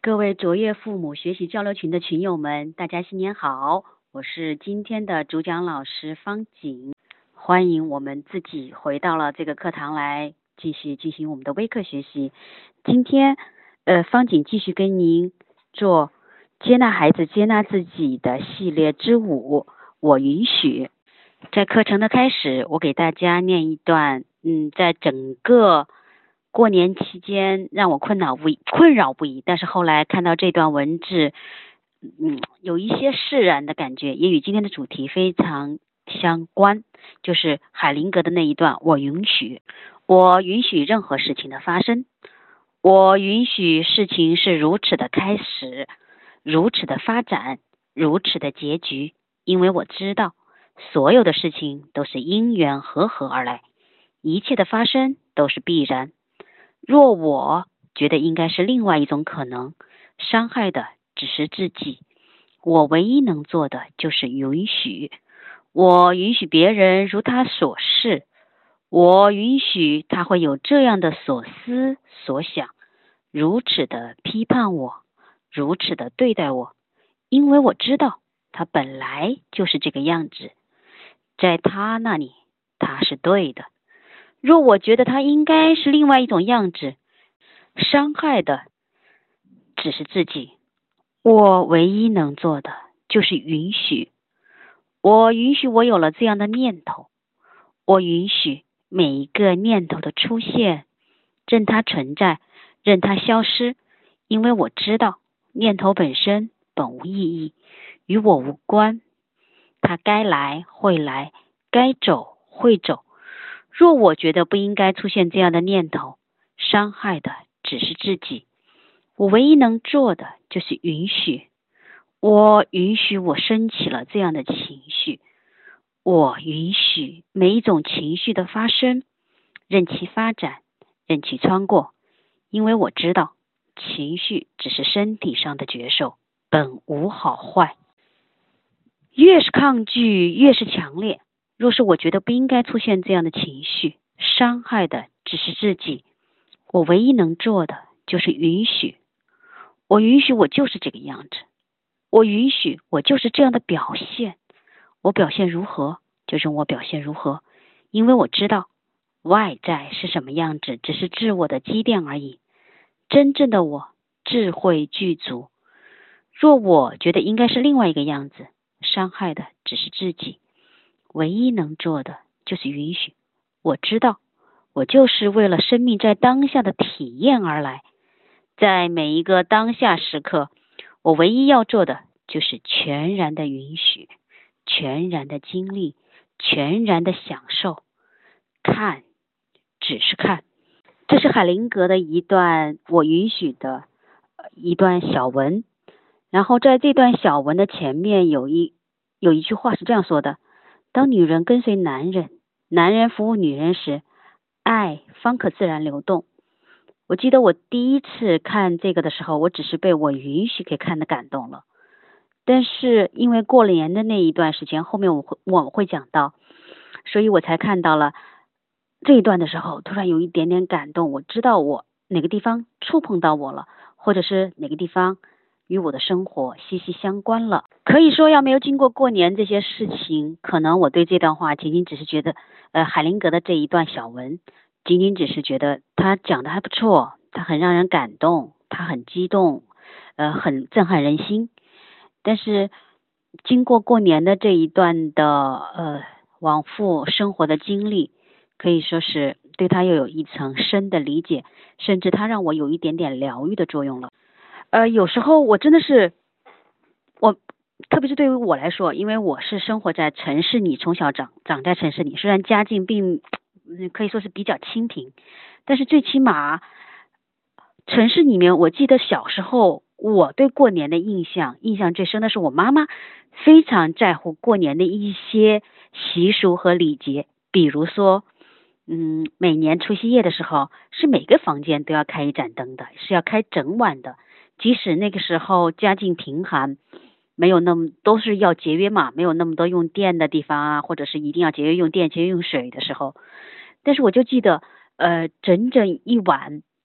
各位卓越父母学习交流群的群友们，大家新年好！我是今天的主讲老师方景，欢迎我们自己回到了这个课堂来继续进行我们的微课学习。今天，方景继续跟您做接纳孩子、接纳自己的系列之5，我允许。在课程的开始，我给大家念一段，在整个过年期间让我困扰不已，但是后来看到这段文字，有一些释然的感觉，也与今天的主题非常相关，就是海灵格的那一段，我允许任何事情的发生，我允许事情是如此的开始，如此的发展，如此的结局，因为我知道所有的事情都是因缘和合而来，一切的发生都是必然。若我觉得应该是另外一种可能，伤害的只是自己。我唯一能做的就是允许。我允许别人如他所示，我允许他会有这样的所思所想，如此的批判我，如此的对待我，因为我知道他本来就是这个样子，在他那里他是对的。若我觉得他应该是另外一种样子，伤害的只是自己。我唯一能做的就是允许。我允许我有了这样的念头，我允许每一个念头的出现，任它存在，任它消失，因为我知道念头本身本无意义，与我无关，它该来会来，该走会走。若我觉得不应该出现这样的念头，伤害的只是自己。我唯一能做的就是允许。我允许我升起了这样的情绪，我允许每一种情绪的发生，任其发展，任其穿过，因为我知道情绪只是身体上的觉受，本无好坏。越是抗拒，越是强烈。若是我觉得不应该出现这样的情绪，伤害的只是自己。我唯一能做的就是允许。我允许我就是这个样子，我允许我就是这样的表现，我表现如何就让我表现如何，因为我知道外在是什么样子只是自我的积淀而已，真正的我智慧具足。若我觉得应该是另外一个样子，伤害的只是自己。唯一能做的就是允许。我知道我就是为了生命在当下的体验而来，在每一个当下时刻，我唯一要做的就是全然的允许，全然的经历，全然的享受。看，只是看。这是海灵格的一段我允许的一段小文。然后在这段小文的前面有一句话是这样说的：当女人跟随男人，男人服务女人时，爱方可自然流动。我记得我第一次看这个的时候，我只是被我允许给看的感动了。但是因为过年的那一段时间，后面我会讲到，所以我才看到了这一段的时候，突然有一点点感动。我知道我哪个地方触碰到我了，或者是哪个地方与我的生活息息相关了。可以说要没有经过过年这些事情，可能我对这段话仅仅只是觉得海灵格的这一段小文仅仅只是觉得他讲的还不错，他很让人感动，他很激动，很震撼人心。但是经过过年的这一段的往复生活的经历，可以说是对他又有一层深的理解，甚至他让我有一点点疗愈的作用了。有时候我真的是特别是对于我来说，因为我是生活在城市里，从小长在城市里，虽然家境并可以说是比较清贫，但是最起码城市里面，我记得小时候我对过年的印象最深的是我妈妈非常在乎过年的一些习俗和礼节，比如说每年除夕夜的时候，是每个房间都要开一盏灯的，是要开整晚的。即使那个时候家境贫寒，没有那么都是要节约嘛，没有那么多用电的地方啊，或者是一定要节约用电、节约用水的时候，但是我就记得整整一晚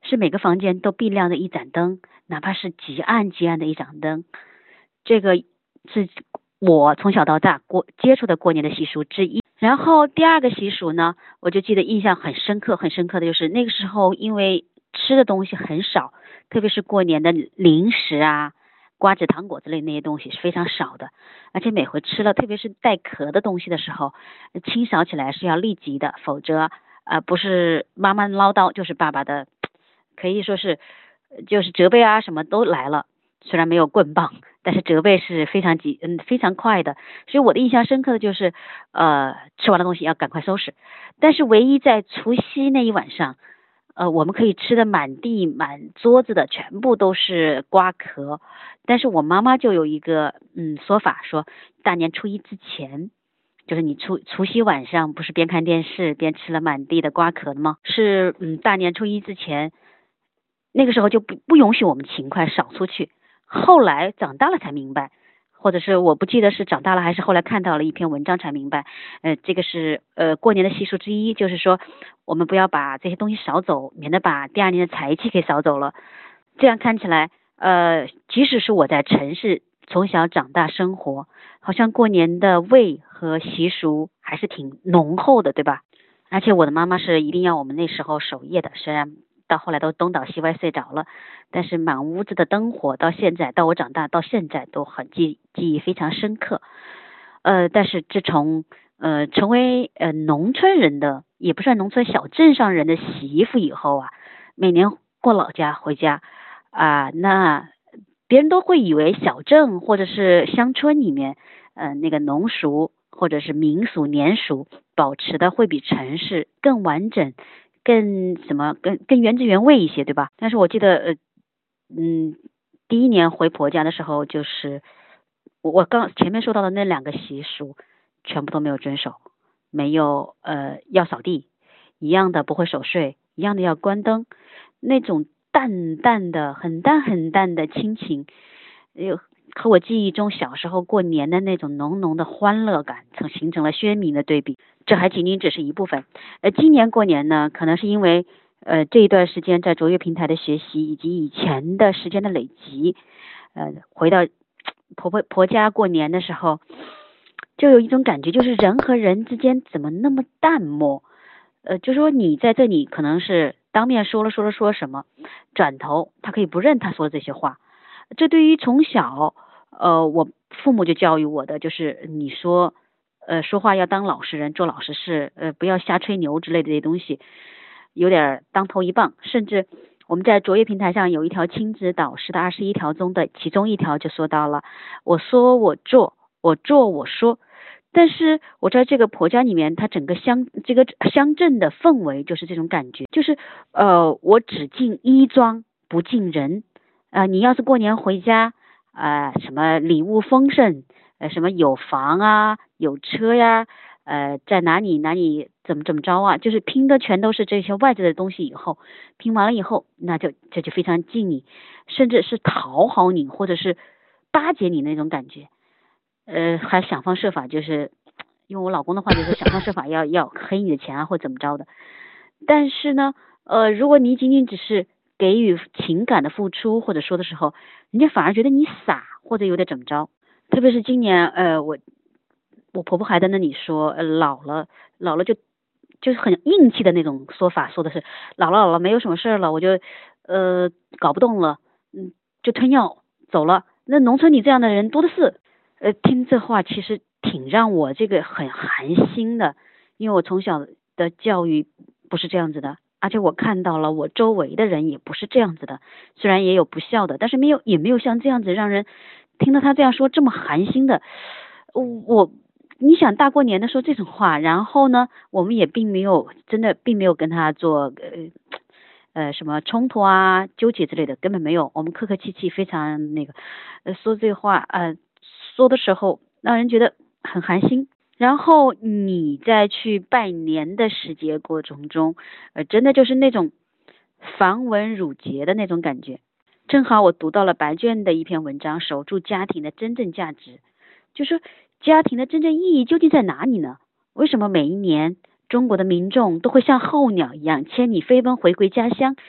是每个房间都必亮的一盏灯，哪怕是极暗极暗的一盏灯。这个是我从小到大接触的过年的习俗之一。然后第二个习俗呢，我就记得印象很深刻的就是那个时候因为吃的东西很少，特别是过年的零食啊、瓜子、糖果之类那些东西是非常少的，而且每回吃了，特别是带壳的东西的时候，清扫起来是要立即的，否则不是妈妈唠叨，就是爸爸的，可以说是就是责备啊，什么都来了。虽然没有棍棒，但是责备是非常快的。所以我的印象深刻的就是吃完的东西要赶快收拾。但是唯一在除夕那一晚上，我们可以吃的满地满桌子的全部都是瓜壳。但是我妈妈就有一个说法，说大年初一之前，就是你除夕晚上不是边看电视边吃了满地的瓜壳吗？是大年初一之前，那个时候就不允许我们勤快少出去。后来长大了才明白，或者是我不记得是长大了还是后来看到了一篇文章才明白，这个是过年的习俗之一，就是说我们不要把这些东西扫走，免得把第二年的财气给扫走了。这样看起来，即使是我在城市从小长大生活，好像过年的味和习俗还是挺浓厚的，对吧？而且我的妈妈是一定要我们那时候守夜的，虽然到后来都东倒西歪睡着了，但是满屋子的灯火到现在，到我长大到现在都很记忆非常深刻。但是自从成为农村人的，也不算农村小镇上人的媳妇以后啊，每年过老家回家那别人都会以为小镇或者是乡村里面那个农俗或者是民俗年俗保持的会比城市更完整，更原汁原味一些，对吧？但是我记得第一年回婆家的时候，就是我刚前面说到的那两个习俗全部都没有遵守，没有要扫地，一样的不会守岁，一样的要关灯，那种淡淡的很淡很淡的亲情，和我记忆中小时候过年的那种浓浓的欢乐感，形成了鲜明的对比。这还仅仅只是一部分。今年过年呢，可能是因为这一段时间在卓越平台的学习，以及以前的时间的累积，回到婆家过年的时候，就有一种感觉，就是人和人之间怎么那么淡漠？就说你在这里可能是当面说什么，转头他可以不认他说的这些话。这对于从小我父母就教育我的，就是你说说话要当老实人，做老实事，不要瞎吹牛之类的这些东西，有点当头一棒。甚至我们在卓越平台上有一条亲子导师的21条中的其中一条就说到了，我说我做，我做我说。但是我在这个婆家里面，它整个这个乡镇的氛围就是这种感觉，就是我只敬衣装不敬人。你要是过年回家什么礼物丰盛，什么有房啊有车呀，在哪里怎么着啊，就是拼的全都是这些外在的东西。以后拼完了以后，那这就非常敬你，甚至是讨好你，或者是巴结你那种感觉。还想方设法，就是用我老公的话就是想方设法要黑你的钱啊，或怎么着的。但是呢，如果你仅仅只是给予情感的付出或者说的时候，人家反而觉得你傻或者有点怎么着。特别是今年，我婆婆还在那里说，老了就是很硬气的那种说法，说的是老了没有什么事了，我就搞不动了，就吞药走了。那农村里这样的人多的是。听这话其实挺让我这个很寒心的，因为我从小的教育不是这样子的，而且我看到了我周围的人也不是这样子的，虽然也有不孝的，但是也没有像这样子让人听到他这样说这么寒心的。你想大过年的说这种话，然后呢，我们也并没有跟他做什么冲突啊纠结之类的，根本没有，我们客客气气，非常那个说这话说的时候让人觉得很寒心。然后你再去拜年的时节过程中，真的就是那种繁文缛节的那种感觉。正好我读到了白卷的一篇文章，守住家庭的真正价值，就是家庭的真正意义究竟在哪里呢？为什么每一年中国的民众都会像候鸟一样千里飞奔回归家乡？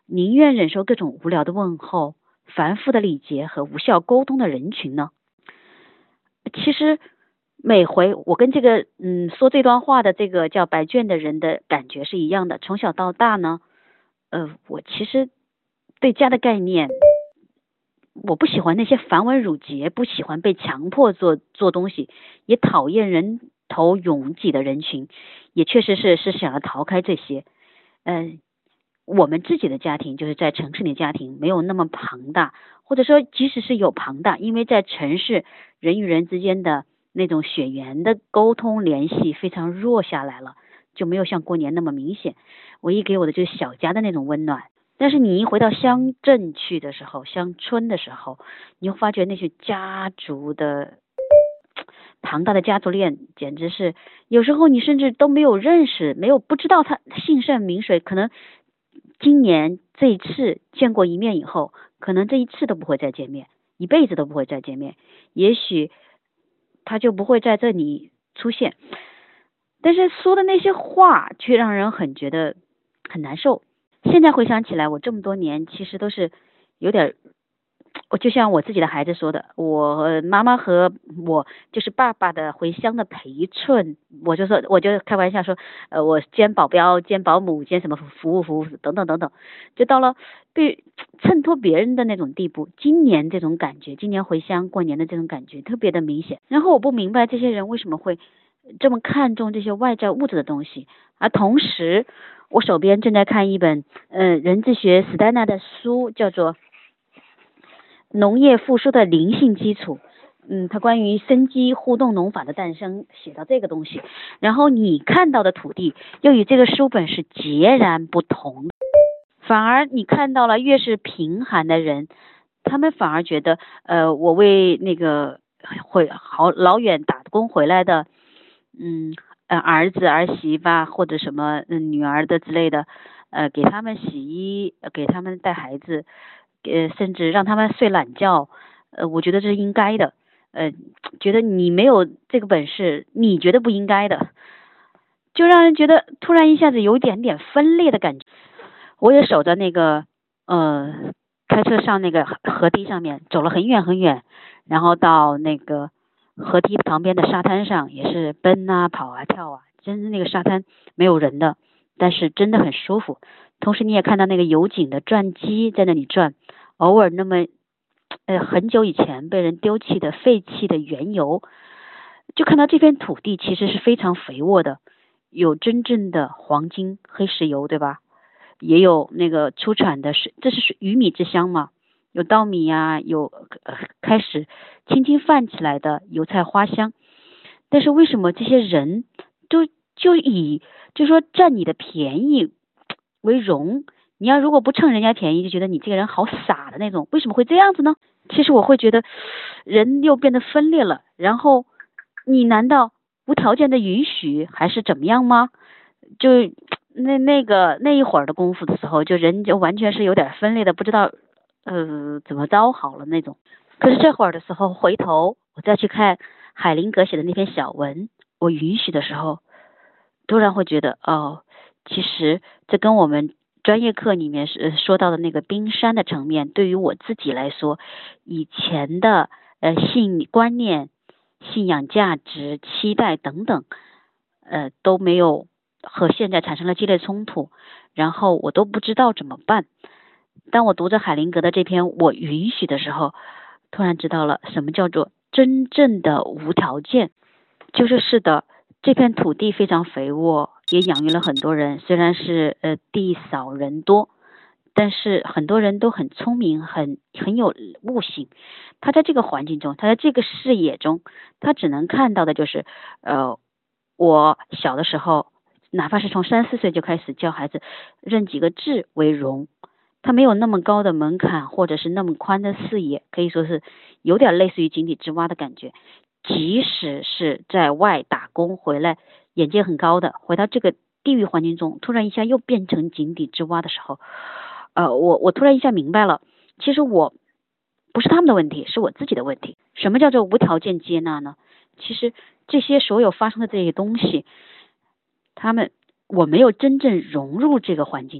宁愿忍受各种无聊的问候、繁复的礼节和无效沟通的人群呢？其实每回我跟这个说这段话的这个叫白卷的人的感觉是一样的。从小到大呢，我其实对家的概念，我不喜欢那些繁文缛节，不喜欢被强迫做东西，也讨厌人头拥挤的人群，也确实是想要逃开这些。我们自己的家庭就是在城市里的家庭没有那么庞大，或者说即使是有庞大，因为在城市人与人之间的那种血缘的沟通联系非常弱下来了，就没有像过年那么明显。唯一给我的就是小家的那种温暖。但是你一回到乡镇去的时候，乡村的时候，你会发觉那些家族的庞大的家族链，简直是有时候你甚至都没有认识，不知道他姓甚名谁，可能今年这一次见过一面以后，可能这一次都不会再见面，一辈子都不会再见面，也许他就不会在这里出现。但是说的那些话却让人很觉得很难受。现在回想起来，我这么多年其实都是有点，我就像我自己的孩子说的，我妈妈和我就是爸爸的回乡的陪衬，我就开玩笑说，我兼保镖、兼保姆、兼什么服务等等等等，就到了被衬托别人的那种地步。今年这种感觉，今年回乡过年的这种感觉特别的明显。然后我不明白这些人为什么会这么看重这些外在物质的东西，而同时我手边正在看一本人智学史黛纳的书，叫做《农业复苏的灵性基础》。它关于生机互动农法的诞生写到这个东西，然后你看到的土地又与这个书本是截然不同的，反而你看到了越是贫寒的人，他们反而觉得我为那个会好老远打工回来的儿子儿媳吧，或者什么女儿的之类的，给他们洗衣，给他们带孩子，甚至让他们睡懒觉，我觉得这是应该的。觉得你没有这个本事，你觉得不应该的，就让人觉得突然一下子有一点点分裂的感觉。我也守着那个开车上那个河堤上面，走了很远很远，然后到那个河堤旁边的沙滩上，也是奔啊跑啊跳啊，真是那个沙滩没有人的，但是真的很舒服。同时你也看到那个油井的转机在那里转，偶尔那么很久以前被人丢弃的废弃的原油，就看到这片土地其实是非常肥沃的，有真正的黄金黑石油，对吧？也有那个出产的这是鱼米之乡嘛，有稻米呀，有开始轻轻泛起来的油菜花香。但是为什么这些人就以就说占你的便宜为荣？你要如果不趁人家便宜，就觉得你这个人好傻的那种，为什么会这样子呢？其实我会觉得人又变得分裂了，然后你难道无条件的允许还是怎么样吗？就那一会儿的功夫的时候，就人就完全是有点分裂的，不知道怎么着好了那种。可是这会儿的时候，回头我再去看海灵格写的那篇小文，我允许的时候，突然会觉得其实这跟我们专业课里面是说到的那个冰山的层面，对于我自己来说，以前的观念、信仰价值、期待等等，都没有和现在产生了激烈冲突，然后我都不知道怎么办。当我读着海灵格的这篇我允许的时候，突然知道了什么叫做真正的无条件。是的，这片土地非常肥沃，也养育了很多人，虽然是地少人多，但是很多人都很聪明，很有悟性。他在这个环境中，他在这个视野中，他只能看到的就是我小的时候，哪怕是从3、4岁就开始教孩子认几个字为荣，他没有那么高的门槛，或者是那么宽的视野，可以说是有点类似于井底之蛙的感觉。即使是在外打工回来，眼界很高的，回到这个地域环境中，突然一下又变成井底之蛙的时候，我突然一下明白了，其实我不是他们的问题，是我自己的问题。什么叫做无条件接纳呢？其实这些所有发生的这些东西，我没有真正融入这个环境中，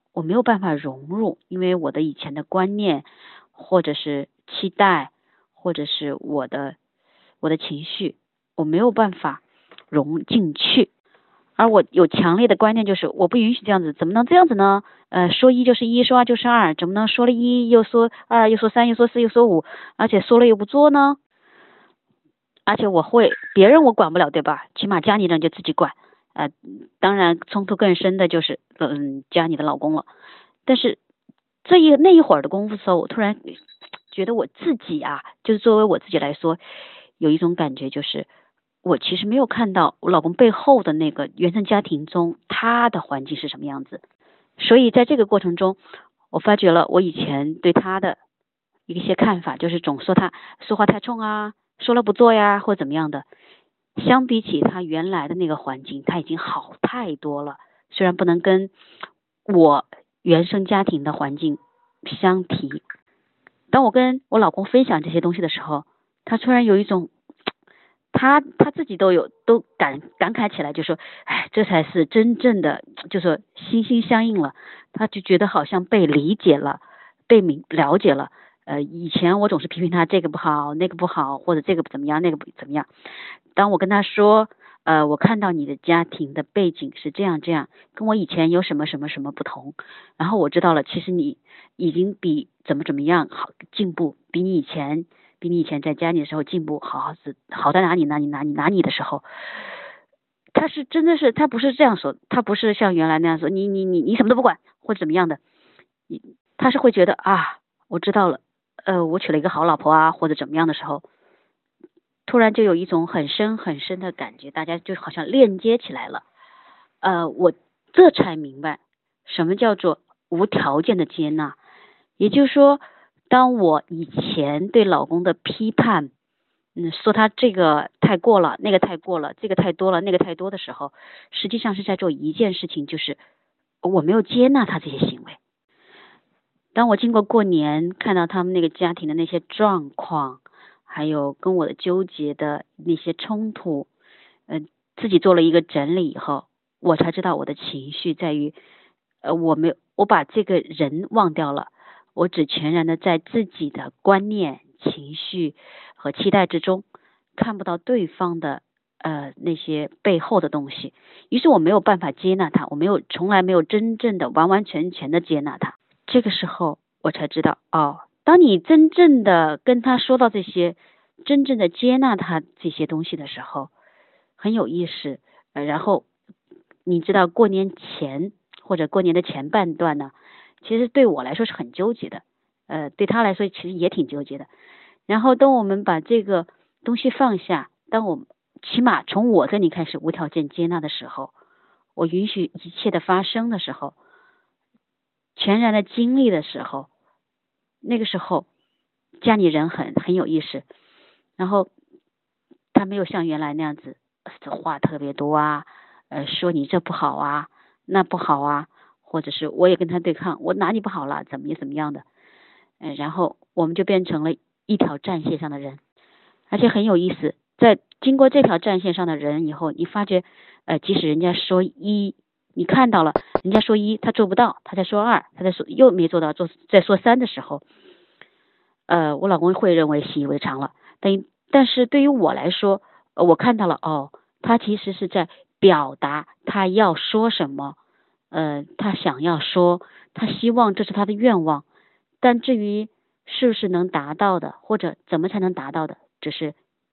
我没有办法融入，因为我的以前的观念，或者是期待，或者是我的情绪，我没有办法融进去。而我有强烈的观念，就是我不允许这样子，怎么能这样子呢？说一就是一，说二就是二，怎么能说了一又说二，又说三，又说四，又说五，而且说了又不做呢？而且别人我管不了，对吧？起码家里人就自己管。当然冲突更深的就是家里的老公了。但是那一会儿的功夫的时候，我突然觉得我自己啊，就是作为我自己来说，有一种感觉，就是我其实没有看到我老公背后的那个原生家庭中他的环境是什么样子。所以在这个过程中，我发觉了我以前对他的一些看法，就是总说他说话太冲啊，说了不做呀，或怎么样的。相比起他原来的那个环境，他已经好太多了。虽然不能跟我原生家庭的环境相提，当我跟我老公分享这些东西的时候，他突然有一种，他自己都感慨起来，就说，哎，这才是真正的，就说心心相印了。他就觉得好像被理解了，被了解了。以前我总是批评他这个不好，那个不好，或者这个怎么样，那个怎么样。当我跟他说，我看到你的家庭的背景是这样这样，跟我以前有什么什么什么不同，然后我知道了，其实你已经比怎么样好进步，比你以前在家里的时候进步好在哪里的时候，他是真的是他不是这样说，他不是像原来那样说，你什么都不管或者怎么样的，他是会觉得啊，我知道了，我娶了一个好老婆啊，或者怎么样的时候。突然就有一种很深很深的感觉，大家就好像链接起来了。我这才明白什么叫做无条件的接纳。也就是说，当我以前对老公的批判，说他这个太过了，那个太过了，这个太多了，那个太多的时候，实际上是在做一件事情，就是我没有接纳他这些行为。当我经过过年看到他们那个家庭的那些状况，还有跟我的纠结的那些冲突，自己做了一个整理以后，我才知道我的情绪在于，我把这个人忘掉了，我只全然的在自己的观念、情绪和期待之中，看不到对方的那些背后的东西，于是我没有办法接纳他，从来没有真正的完完全全的接纳他。这个时候我才知道，当你真正的跟他说到这些，真正的接纳他这些东西的时候，很有意思。然后你知道过年前或者过年的前半段呢，其实对我来说是很纠结的，对他来说其实也挺纠结的。然后当我们把这个东西放下，当我起码从我这里开始无条件接纳的时候，我允许一切的发生的时候，全然的经历的时候，那个时候家里人很有意思，然后他没有像原来那样子话特别多啊，说你这不好啊，那不好啊，或者是我也跟他对抗，我哪里不好了，怎么样的，然后我们就变成了一条战线上的人，而且很有意思，在经过这条战线上的人以后，你发觉，即使人家说一，你看到了，人家说一，他做不到，他在说二，他在说又没做到，在说三的时候，我老公会认为习以为常了。但是对于我来说，我看到了，他其实是在表达他要说什么，他想要说，他希望这是他的愿望。但至于是不是能达到的，或者怎么才能达到的，只是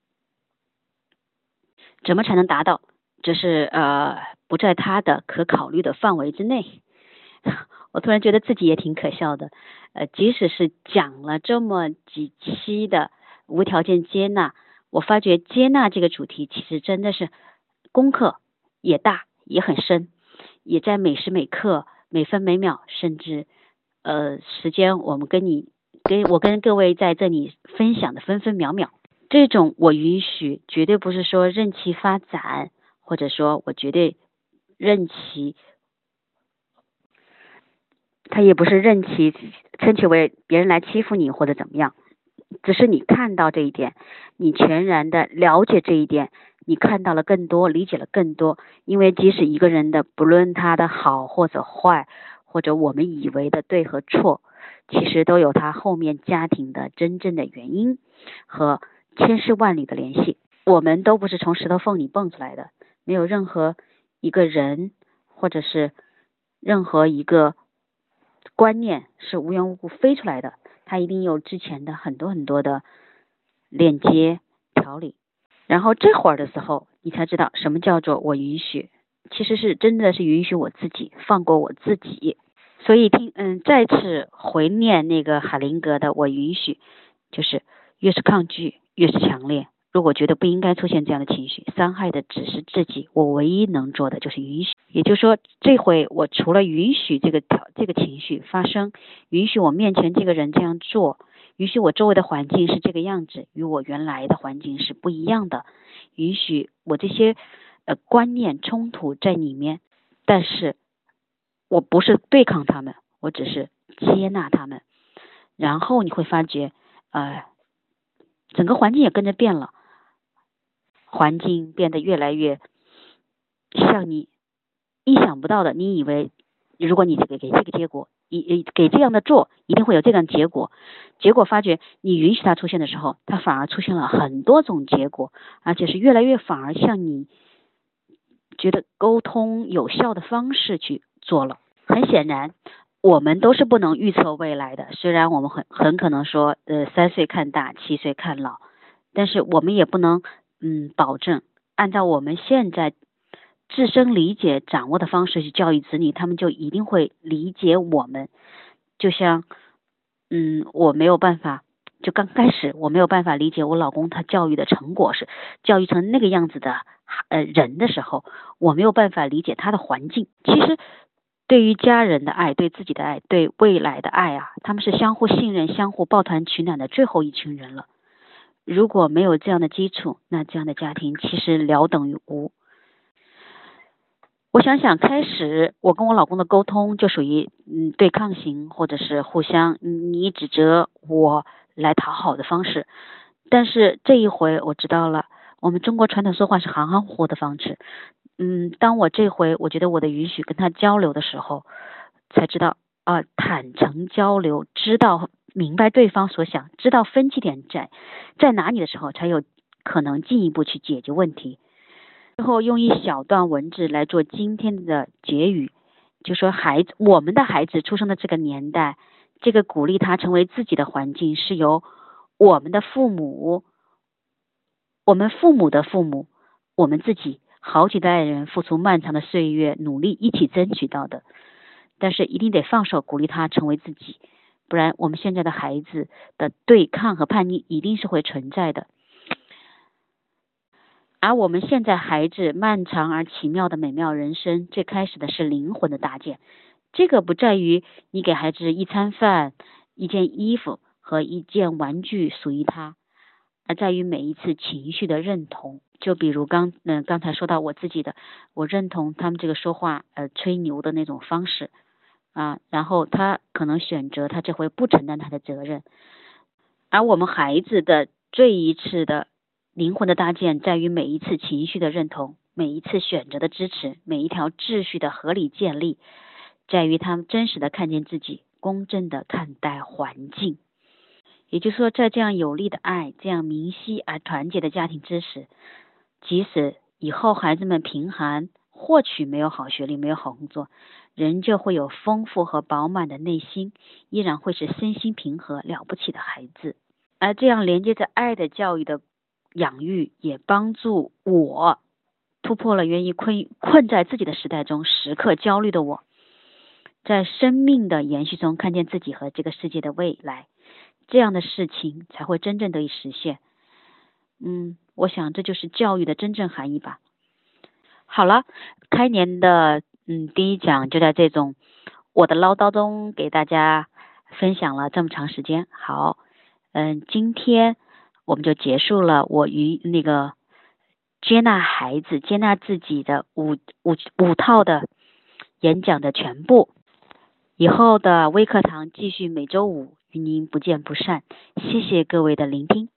怎么才能达到，只是不在他的可考虑的范围之内。我突然觉得自己也挺可笑的，即使是讲了这么几期的无条件接纳，我发觉接纳这个主题其实真的是功课也大也很深，也在每时每刻每分每秒，甚至时间我跟各位在这里分享的分分秒秒，这种我允许，绝对不是说任其发展，或者说我绝对任其，他也不是称其为别人来欺负你或者怎么样，只是你看到这一点，你全然的了解这一点，你看到了更多，理解了更多。因为即使一个人的不论他的好或者坏， 或者我们以为的对和错，其实都有它后面家庭的真正的原因和千丝万缕的联系。我们都不是从石头缝里蹦出来的，没有任何一个人或者是任何一个观念是无缘无故飞出来的，它一定有之前的很多的链接条理。然后这会儿的时候，你才知道什么叫做我允许，其实是真的是允许我自己，放过我自己。所以再次回念那个海灵格的我允许，就是越是抗拒越是强烈。如果觉得不应该出现这样的情绪，伤害的只是自己，我唯一能做的就是允许。也就是说，这回我除了允许这个情绪发生，允许我面前这个人这样做，允许我周围的环境是这个样子，与我原来的环境是不一样的，允许我这些观念冲突在里面，但是我不是对抗他们，我只是接纳他们。然后你会发觉整个环境也跟着变了，环境变得越来越像你意想不到的。你以为如果你给这个结果，给这样的做，一定会有这样的结果，结果发觉你允许它出现的时候，它反而出现了很多种结果，而且是越来越反而像你觉得沟通有效的方式去做了。很显然我们都是不能预测未来的，虽然我们很可能说3岁看大7岁看老，但是我们也不能保证按照我们现在自身理解掌握的方式去教育子女，他们就一定会理解我们。就像我没有办法，就刚开始我没有办法理解我老公他教育的成果是教育成那个样子的人的时候，我没有办法理解他的环境。其实对于家人的爱，对自己的爱，对未来的爱他们是相互信任、相互抱团取暖的最后一群人了。如果没有这样的基础，那这样的家庭其实了等于无。我想开始我跟我老公的沟通就属于对抗型，或者是互相你指责我来讨好的方式。但是这一回我知道了，我们中国传统说话是行行活的方式。当我这回我觉得我的允许跟他交流的时候，才知道坦诚交流，知道明白对方所想，知道分歧点在哪里的时候，才有可能进一步去解决问题。最后用一小段文字来做今天的结语，就说我们的孩子出生的这个年代，这个鼓励他成为自己的环境是由我们的父母，我们父母的父母，我们自己好几代人付出漫长的岁月努力一起争取到的。但是一定得放手鼓励他成为自己，不然我们现在的孩子的对抗和叛逆一定是会存在的。而我们现在孩子漫长而奇妙的美妙人生，最开始的是灵魂的搭建。这个不在于你给孩子一餐饭、一件衣服和一件玩具属于他，而在于每一次情绪的认同。就比如刚才说到我自己的，我认同他们这个说话吹牛的那种方式然后他可能选择他这回不承担他的责任。而我们孩子的这一次的灵魂的搭建，在于每一次情绪的认同，每一次选择的支持，每一条秩序的合理建立，在于他们真实的看见自己，公正的看待环境。也就是说，在这样有力的爱，这样明晰而团结的家庭支持，即使以后孩子们贫寒，或许没有好学历，没有好工作，仍旧会有丰富和饱满的内心，依然会是身心平和了不起的孩子。而这样连接着爱的教育的养育，也帮助我突破了愿意困在自己的时代中时刻焦虑的我，在生命的延续中看见自己和这个世界的未来，这样的事情才会真正得以实现。我想这就是教育的真正含义吧。好了，开年的第一讲就在这种我的唠叨中给大家分享了这么长时间。好，今天我们就结束了我与那个接纳孩子、接纳自己的五套的演讲的全部。以后的微课堂继续每周5与您不见不散。谢谢各位的聆听。